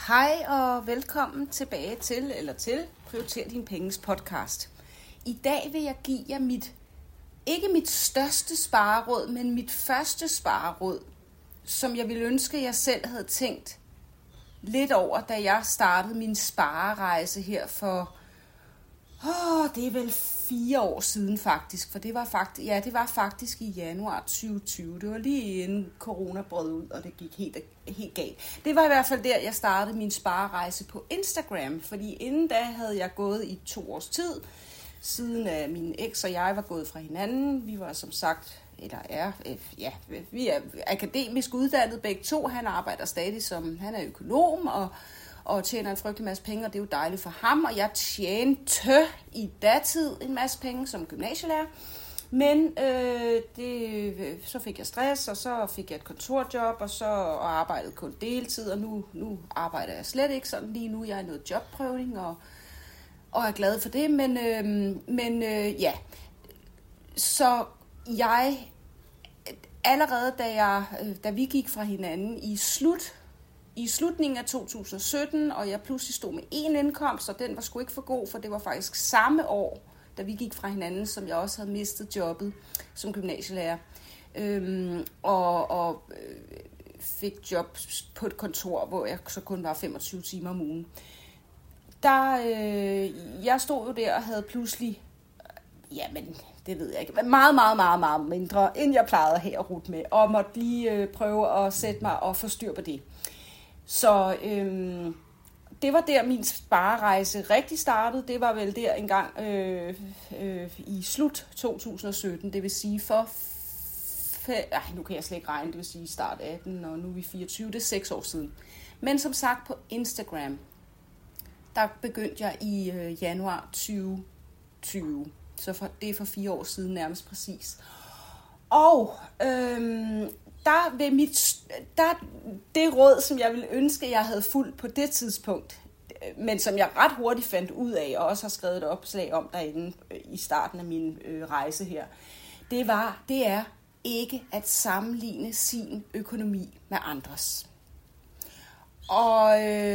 Hej og velkommen tilbage til Prioriter din penges podcast. I dag vil jeg give jer ikke mit største spareråd, men mit første spareråd, som jeg ville ønske, jeg selv havde tænkt lidt over, da jeg startede min sparerejse her for, det er vel 4 år siden faktisk, for det var faktisk i januar 2020. Det var lige inden corona brød ud, og det gik helt galt. Det var i hvert fald der, jeg startede min sparerejse på Instagram, fordi inden da havde jeg gået i 2 års tid, siden min eks og jeg var gået fra hinanden. Vi var som sagt, vi er akademisk uddannet begge to. Han arbejder stadig han er økonom og tjener en frygtelig masse penge, og det er jo dejligt for ham. Og jeg tjente i datid en masse penge som gymnasielærer. Men så fik jeg stress, og så fik jeg et kontorjob, og arbejdede kun deltid, og nu arbejder jeg slet ikke sådan lige nu. Jeg er i noget jobprøvning, og er glad for det, men så jeg allerede da vi gik fra hinanden i slutningen af 2017, og jeg pludselig stod med én indkomst, og den var sgu ikke for god, for det var faktisk samme år, da vi gik fra hinanden, som jeg også havde mistet jobbet som gymnasielærer, og fik job på et kontor, hvor jeg så kun var 25 timer om ugen. Jeg stod jo der og havde pludselig, det ved jeg ikke, meget, meget, meget, meget mindre, end jeg plejede at have at rute med, og måtte lige prøve at sætte mig og få styr på det. Så det var der, min sparerejse rigtig startede. Det var vel der engang i slut 2017, det vil sige nu kan jeg slet ikke regne, det vil sige start 18, og nu er vi 24, det er 6 år siden. Men som sagt på Instagram, der begyndte jeg i januar 2020, så det er for 4 år siden nærmest præcis. Og det råd, som jeg ville ønske, jeg havde fulgt på det tidspunkt, men som jeg ret hurtigt fandt ud af, og også har skrevet et opslag om derinde i starten af min rejse her, det er ikke at sammenligne sin økonomi med andres. Og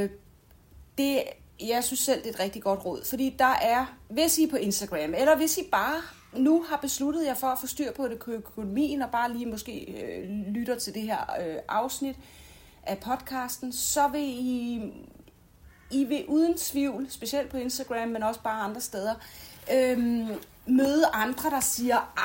jeg synes selv, det er et rigtig godt råd, fordi hvis I er på Instagram, eller hvis I bare nu har besluttet jer for at få styr på økonomien, og bare lige måske lytter til det her afsnit af podcasten, så vil I vil uden tvivl, specielt på Instagram, men også bare andre steder, møde andre, der siger,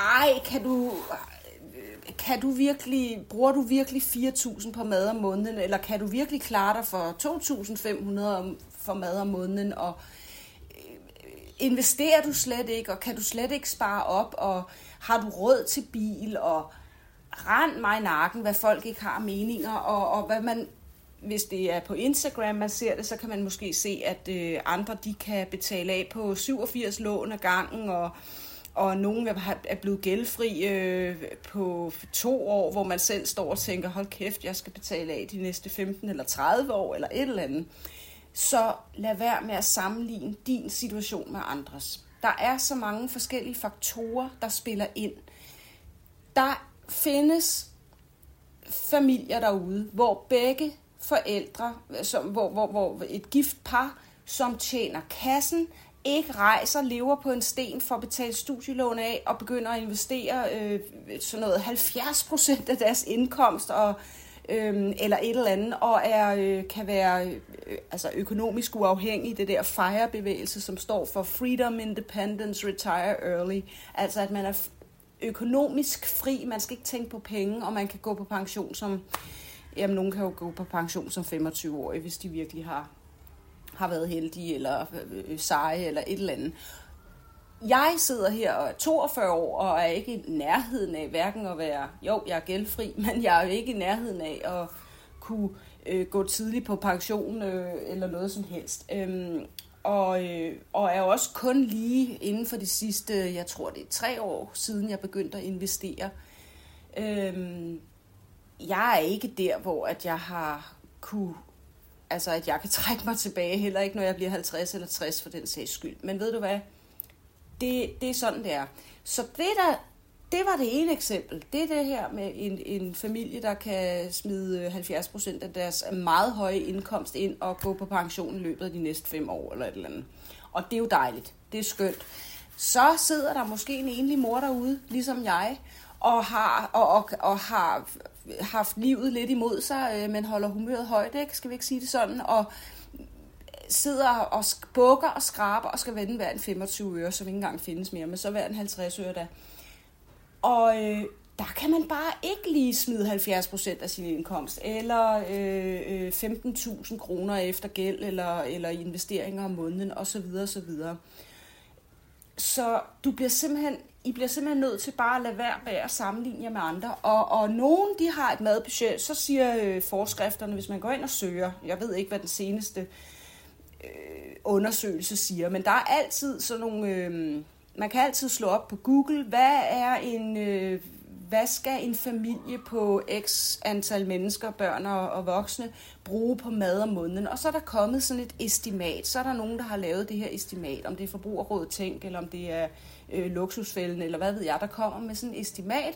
bruger du virkelig 4.000 på mad om måneden, eller kan du virkelig klare dig for 2.500 for mad om måneden, og investerer du slet ikke, og kan du slet ikke spare op, og har du råd til bil, og rend mig i nakken, hvad folk ikke har meninger, og hvad man, hvis det er på Instagram, man ser det, så kan man måske se, at andre, de kan betale af på 87 lån ad gangen, og nogen er blevet gældfri på 2 år, hvor man selv står og tænker, hold kæft, jeg skal betale af de næste 15 eller 30 år, eller et eller andet. Så lad være med at sammenligne din situation med andres. Der er så mange forskellige faktorer, der spiller ind. Der findes familier derude, hvor begge forældre, hvor et gift par, som tjener kassen, ikke rejser, lever på en sten for at betale studielån af, og begynder at investere sådan noget 70% af deres indkomst, eller et eller andet, og kan være økonomisk uafhængig, det der FIRE-bevægelse, som står for Freedom, Independence, Retire Early. Altså at man er økonomisk fri, man skal ikke tænke på penge, og man kan gå på pension nogen kan jo gå på pension som 25-årige, hvis de virkelig har været heldige, eller seje, eller et eller andet. Jeg sidder her og er 42 år, og er ikke i nærheden af hverken at være, jeg er gældfri, men jeg er ikke i nærheden af at kunne gå tidligt på pension, eller noget som helst. Og er også kun lige inden for de sidste, jeg tror det er 3 år siden, jeg begyndte at investere. Jeg er ikke der, hvor at jeg har at jeg kan trække mig tilbage, heller ikke når jeg bliver 50 eller 60 for den sags skyld. Men ved du hvad? Det er sådan, det er. Så det var det ene eksempel. Det er det her med en familie, der kan smide 70% af deres meget høje indkomst ind og gå på pension i løbet af de næste 5 år eller et eller andet. Og det er jo dejligt. Det er skønt. Så sidder der måske en enlig mor derude, ligesom jeg, og har haft livet lidt imod sig, men holder humøret højt, ikke? Skal vi ikke sige det sådan? Og sidder og bukker og skraber og skal vende hver en 25 øre, som ikke engang findes mere, men så hver en 50 øre der. Og der kan man bare ikke lige smide 70% af sin indkomst, eller 15.000 kroner efter gæld, eller investeringer om måneden, osv. osv. Så I bliver simpelthen nødt til bare at lade være med at sammenligne jer med andre. Og nogen, de har et madbudget, så siger forskrifterne, hvis man går ind og søger, jeg ved ikke, hvad den seneste undersøgelse siger, men der er altid sådan nogle, man kan altid slå op på Google, hvad skal en familie på x antal mennesker, børn og voksne, bruge på mad om måneden? Og så er der kommet sådan et estimat. Så er der nogen, der har lavet det her estimat, om det er Forbrugerrådet Tænk, eller om det er Luksusfælden, eller hvad ved jeg, der kommer med sådan et estimat,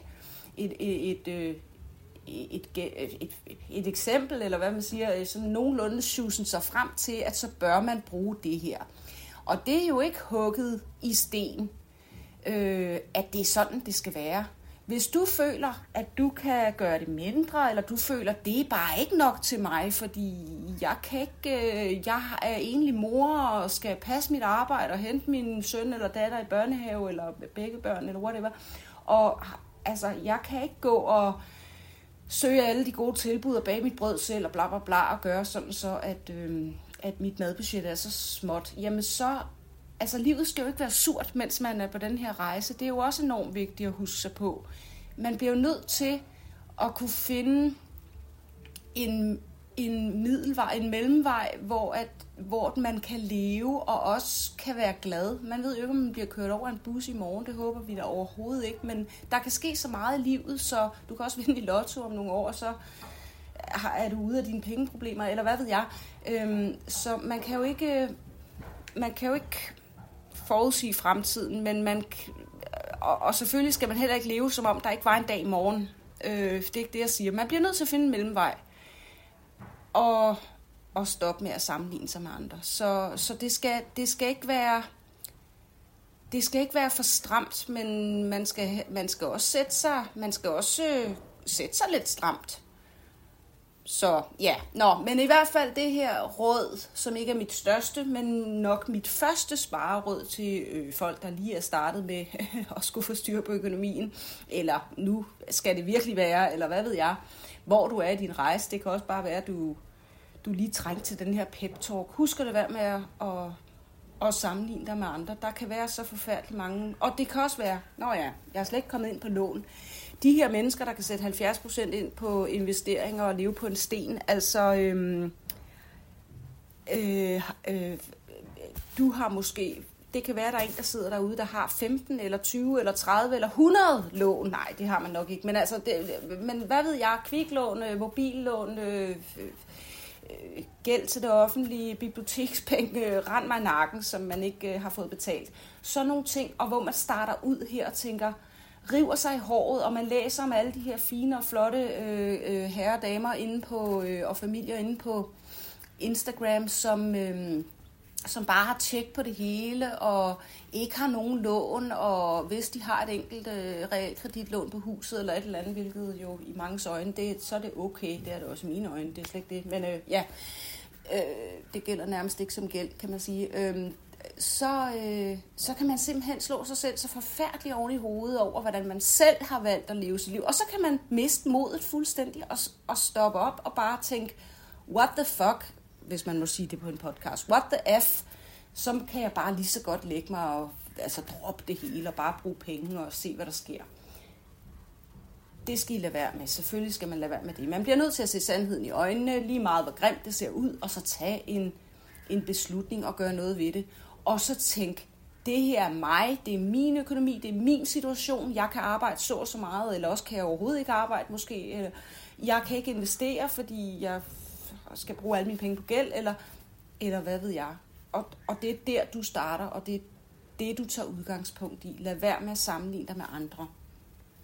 et eksempel, eller hvad man siger, sådan nogenlunde susen sig frem til, at så bør man bruge det her. Og det er jo ikke hugget i sten, at det er sådan, det skal være. Hvis du føler, at du kan gøre det mindre, eller du føler, at det er bare ikke nok til mig, fordi jeg er enlig mor og skal passe mit arbejde og hente min søn eller datter i børnehave, eller begge børn, eller whatever. Og altså, jeg kan ikke gå og søge alle de gode tilbud og bage mit brød selv og bla bla bla og gøre sådan så, at mit madbudget er så småt. Jamen så, altså livet skal jo ikke være surt, mens man er på den her rejse. Det er jo også enormt vigtigt at huske sig på. Man bliver jo nødt til at kunne finde en middelvej, en mellemvej, hvor man kan leve og også kan være glad. Man ved jo ikke, om man bliver kørt over en bus i morgen. Det håber vi da overhovedet ikke. Men der kan ske så meget i livet, så du kan også vinde i lotto om nogle år, så er du ude af dine pengeproblemer, eller hvad ved jeg. Så man kan jo ikke forudsige fremtiden, men og selvfølgelig skal man heller ikke leve, som om der ikke var en dag i morgen. Det er ikke det, jeg siger. Man bliver nødt til at finde en mellemvej. Og stoppe med at sammenligne sig med andre. Så det skal ikke være for stramt, men man skal også sætte sig lidt stramt. Så ja, men i hvert fald det her råd, som ikke er mit største, men nok mit første spareråd til folk, der lige er startet med at skulle få styr på økonomien, eller nu skal det virkelig være, eller hvad ved jeg, hvor du er i din rejse. Det kan også bare være, at du lige trænger til den her pep-talk. Husk at være med at sammenligne dig med andre. Der kan være så forfærdeligt mange, og det kan også være, jeg er slet ikke kommet ind på lån. De her mennesker, der kan sætte 70% ind på investeringer og leve på en sten, altså du har måske, det kan være, der er en, der sidder derude, der har 15 eller 20 eller 30 eller 100 lån. Nej, det har man nok ikke, men altså, men hvad ved jeg, kviklån, mobillån, gæld til det offentlige, bibliotekspenge, rend mig i nakken, som man ikke har fået betalt. Sådan nogle ting, og hvor man starter ud her og tænker, river sig i håret, og man læser om alle de her fine og flotte herrer og damer inde på, og familier inde på Instagram, som bare har tjek på det hele, og ikke har nogen lån, og hvis de har et enkelt realkreditlån på huset, eller et eller andet, hvilket jo i manges øjne, så er det okay. Det er det også i mine øjne, det er slet ikke det. Men det gælder nærmest ikke som gæld, kan man sige. Så kan man simpelthen slå sig selv så forfærdeligt oven i hovedet over, hvordan man selv har valgt at leve sit liv. Og så kan man miste modet fuldstændig og stoppe op og bare tænke, what the fuck, hvis man må sige det på en podcast, what the f, så kan jeg bare lige så godt lægge mig og droppe det hele og bare bruge penge og se, hvad der sker. Det skal I lade være med. Selvfølgelig skal man lade være med det. Man bliver nødt til at se sandheden i øjnene, lige meget hvor grimt det ser ud, og så tage en beslutning og gøre noget ved det. Og så tænk, det her er mig, det er min økonomi, det er min situation, jeg kan arbejde så meget, eller også kan jeg overhovedet ikke arbejde måske, eller jeg kan ikke investere, fordi jeg skal bruge alle mine penge på gæld, eller hvad ved jeg. Og det er der, du starter, og det er det, du tager udgangspunkt i. Lad være med at sammenligne dig med andre.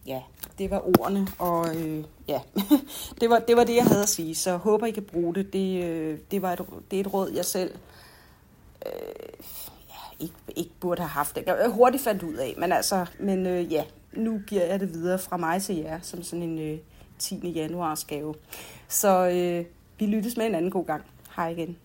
ja, det var ordene, og ja, det var det, jeg havde at sige. Så håber, I kan bruge det. Det er et råd, jeg selv ikke burde have haft. Jeg hurtigt fandt ud af, men ja, nu giver jeg det videre fra mig til jer, som sådan en 10. januars gave. Så vi lyttes med en anden god gang. Hej igen.